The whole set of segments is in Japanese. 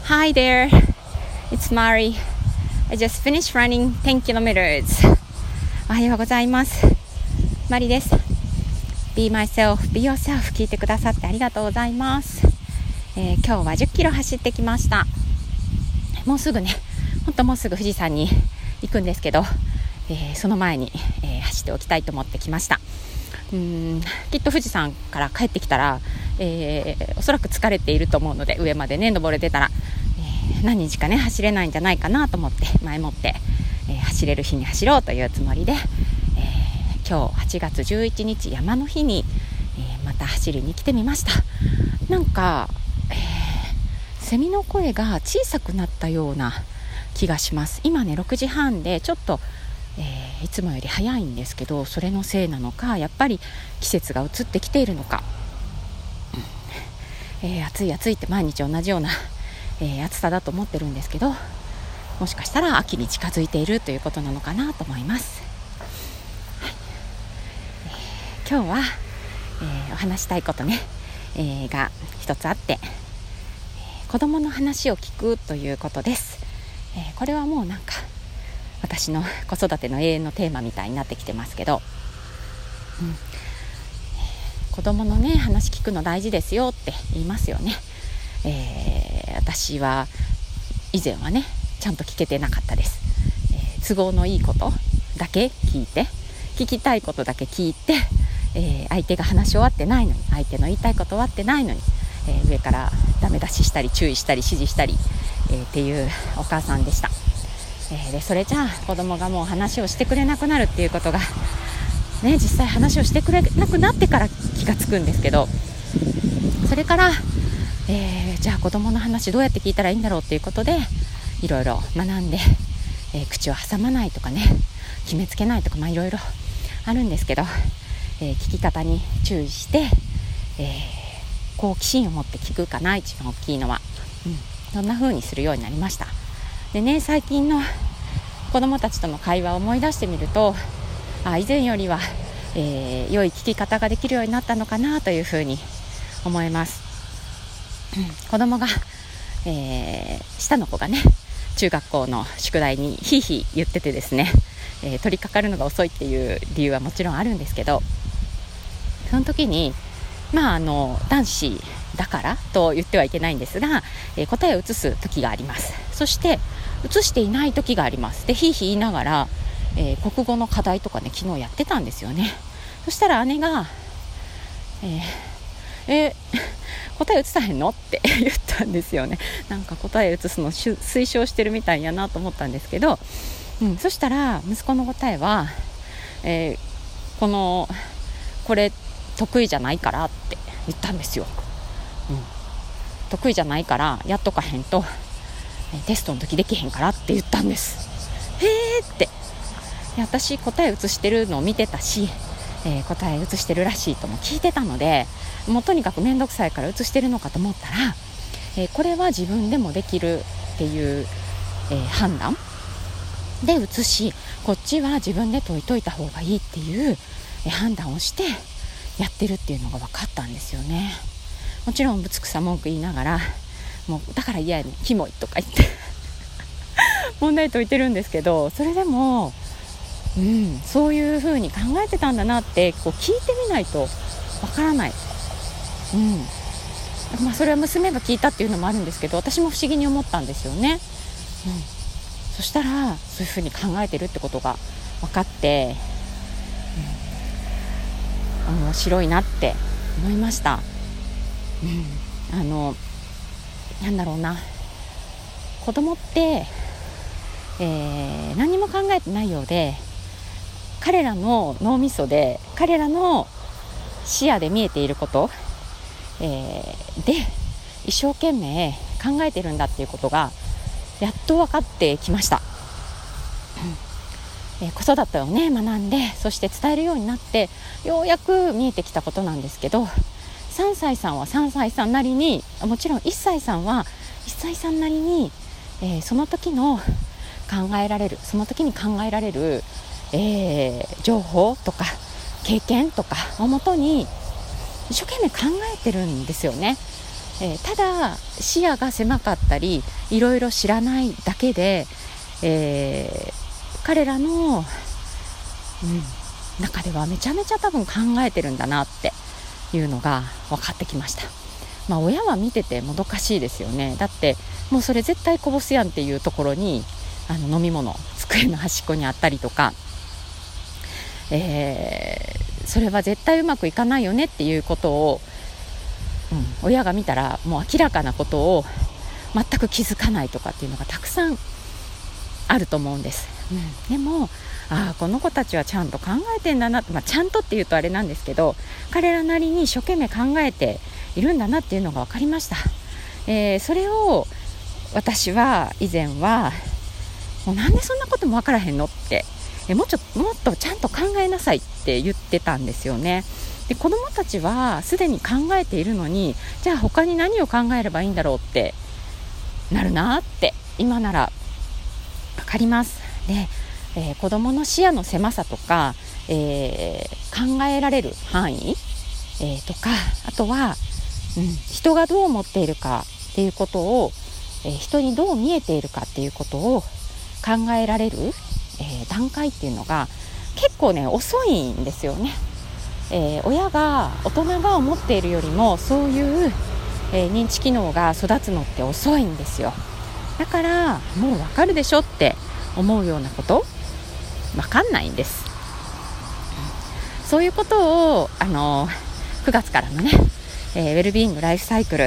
Hi there, it's Mari. I just finished running 10 kilometers. おはようございます。マリです。Be myself, be yourself 聞いてくださってありがとうございます。今日は10キロ走ってきました。もうすぐね、ほんともうすぐ富士山に行くんですけど、その前に、走っておきたいと思ってきました。きっと富士山から帰ってきたら、おそらく疲れていると思うので、上までね登れてたら、何日かね走れないんじゃないかなと思って前もって、走れる日に走ろうというつもりで、今日8月11日山の日に、また走りに来てみました。なんか、セミの声が小さくなったような気がします。今ね6時半でちょっといつもより早いんですけど、それのせいなのかやっぱり季節が移ってきているのか、暑い暑いって毎日同じような、暑さだと思ってるんですけど、もしかしたら秋に近づいているということなのかなと思います。今日は、お話したいことね、が一つあって、子供の話を聞くということです。これはもうなんか私の子育ての永遠のテーマみたいになってきてますけど、子供のね話聞くの大事ですよって言いますよね。私は以前はねちゃんと聞けてなかったです。都合のいいことだけ聞いて、聞きたいことだけ聞いて、相手が話し終わってないのに、相手の言いたいこと終わってないのに、上からダメ出ししたり注意したり指示したり、っていうお母さんでした。でそれじゃあ子供がもう話をしてくれなくなるっていうことがね、実際話をしてくれなくなってから気がつくんですけど、それから、じゃあ子供の話どうやって聞いたらいいんだろうっていうことでいろいろ学んで、口を挟まないとかね、決めつけないとか、いろいろあるんですけど、聞き方に注意して、好奇心を持って聞くかな、一番大きいのは、そんな風にするようになりました。でね、最近の子供たちとの会話を思い出してみると、以前よりは、良い聞き方ができるようになったのかなというふうに思います。子供が、下の子がね中学校の宿題にひいひい言っててですね、取り掛かるのが遅いっていう理由はもちろんあるんですけど、その時に男子だからと言ってはいけないんですが、答えを移す時があります。そして移していない時があります。でひいひい言いながら、国語の課題とかね昨日やってたんですよね。そしたら姉が、答え移さへんのって言ったんですよね。なんか答え移すの推奨してるみたいやなと思ったんですけど、そしたら息子の答えは、これ得意じゃないからって言ったんですよ。得意じゃないからやっとかへんと、テストの時できへんからって言ったんです。へーって、私答え移してるのを見てたし、答え移してるらしいとも聞いてたので、もうとにかくめんどくさいから移してるのかと思ったら、これは自分でもできるっていう、判断で移し、こっちは自分で解いといた方がいいっていう、判断をしてやってるっていうのが分かったんですよね。もちろんぶつくさ文句言いながら、もうだから嫌やねんキモいとか言って問題解いてるんですけど、それでもそういう風に考えてたんだなってこう聞いてみないとわからない。それは娘が聞いたっていうのもあるんですけど、私も不思議に思ったんですよね。そしたらそういう風に考えてるってことが分かって、面白いなって思いました。なんだろうな、子供って、何も考えてないようで、彼らの脳みそで彼らの視野で見えていること、で一生懸命考えてるんだっていうことがやっと分かってきました。子育てをね学んで、そして伝えるようになってようやく見えてきたことなんですけど、3歳さんは3歳さんなりに、もちろん1歳さんは1歳さんなりに、その時に考えられる、情報とか経験とかをもとに一生懸命考えてるんですよね。ただ視野が狭かったりいろいろ知らないだけで、彼らの、中ではめちゃめちゃ多分考えてるんだなっていうのが分かってきました。親は見ててもどかしいですよね。だってもうそれ絶対こぼすやんっていうところに飲み物机の端っこにあったりとか、それは絶対うまくいかないよねっていうことを、親が見たらもう明らかなことを全く気づかないとかっていうのがたくさんあると思うんです。でもこの子たちはちゃんと考えてんだな、ちゃんとっていうとあれなんですけど、彼らなりに一生懸命考えているんだなっていうのが分かりました。それを私は以前はもうなんでそんなことも分からへんのってもっとちゃんと考えなさいって言ってたんですよね。で子どもたちはすでに考えているのに、じゃあ他に何を考えればいいんだろうってなるなって今なら分かります。で、子どもの視野の狭さとか、考えられる範囲、とか、あとは、人がどう思っているかっていうことを、人にどう見えているかっていうことを考えられる、段階っていうのが結構ね遅いんですよね。大人が思っているよりもそういう、認知機能が育つのって遅いんですよ。だからもう分かるでしょって思うようなこと分かんないんです。そういうことを9月からのね、ウェルビーイングライフサイクル、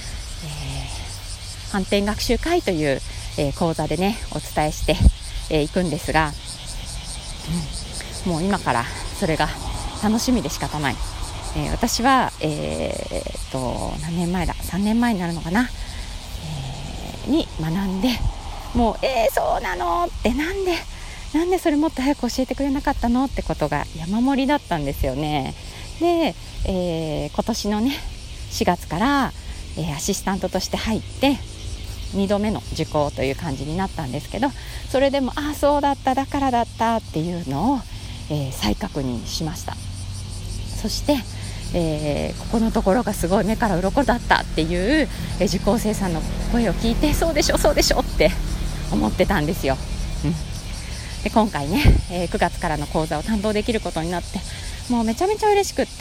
反転学習会という、講座でねお伝えしていくんですが、もう今からそれが楽しみで仕方ない。私は、何年前だ3年前になるのかな、に学んで、もうそうなのってなんでそれもっと早く教えてくれなかったのってことが山盛りだったんですよね。で、今年のね4月から、アシスタントとして入って2度目の受講という感じになったんですけど、それでもそうだっただからだったっていうのを、再確認しました。そして、ここのところがすごい目から鱗だったっていう、受講生さんの声を聞いて、そうでしょって思ってたんですよ。で今回ね、9月からの講座を担当できることになって、もうめちゃめちゃ嬉しくって、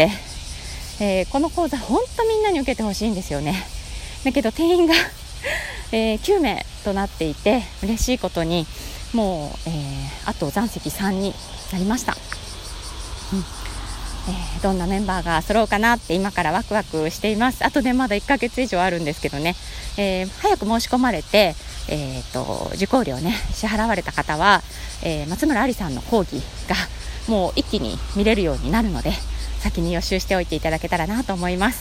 この講座本当みんなに受けてほしいんですよね。だけど定員が、9名となっていて、嬉しいことにもう、あと残席3になりました。どんなメンバーが揃うかなって今からワクワクしています。あとねまだ1ヶ月以上あるんですけどね、早く申し込まれて、受講料ね支払われた方は、松村ありさんの講義がもう一気に見れるようになるので、先に予習しておいていただけたらなと思います。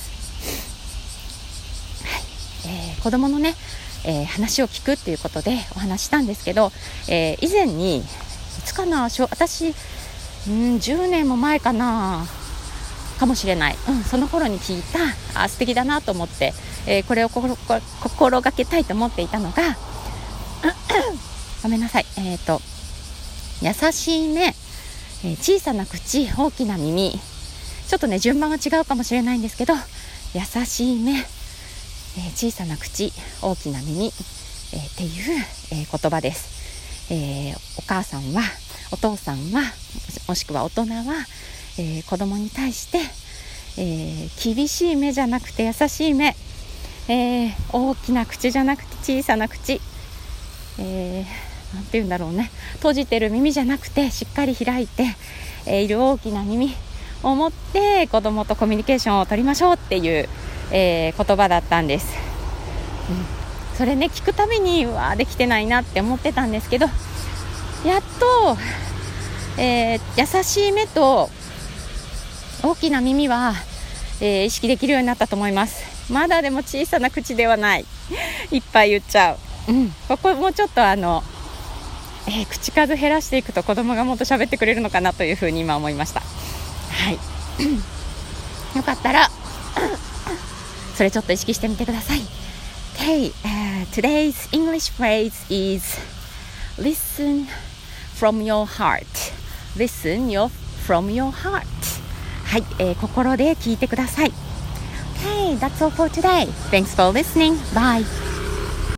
子どものね、話を聞くっていうことでお話したんですけど、以前にいつかな、私10年も前かもしれない、その頃に聞いた素敵だなと思って、これを心がけたいと思っていたのがごめんなさい、優しい目、小さな口、大きな耳、ちょっとね順番が違うかもしれないんですけど、優しい目、小さな口、大きな耳、っていう、言葉です。お母さんは、お父さんは、もしくは大人は、子供に対して、厳しい目じゃなくて優しい目、大きな口じゃなくて小さな口、なんて言うんだろうね、閉じてる耳じゃなくてしっかり開いて、いる大きな耳を持って子供とコミュニケーションを取りましょうっていう、言葉だったんです。それね聞くたびにできてないなって思ってたんですけど、やっと、優しい目と大きな耳は、意識できるようになったと思います。まだでも小さな口ではない。いっぱい言っちゃう。ここもうちょっと口数減らしていくと子供がもっと喋ってくれるのかなというふうに今思いました。はいよかったらそれちょっと意識してみてください。Okay, today's English phrase is listen from your heart. Listen from your heart. はい、心で聞いてください。Okay, that's all for today. Thanks for listening. Bye.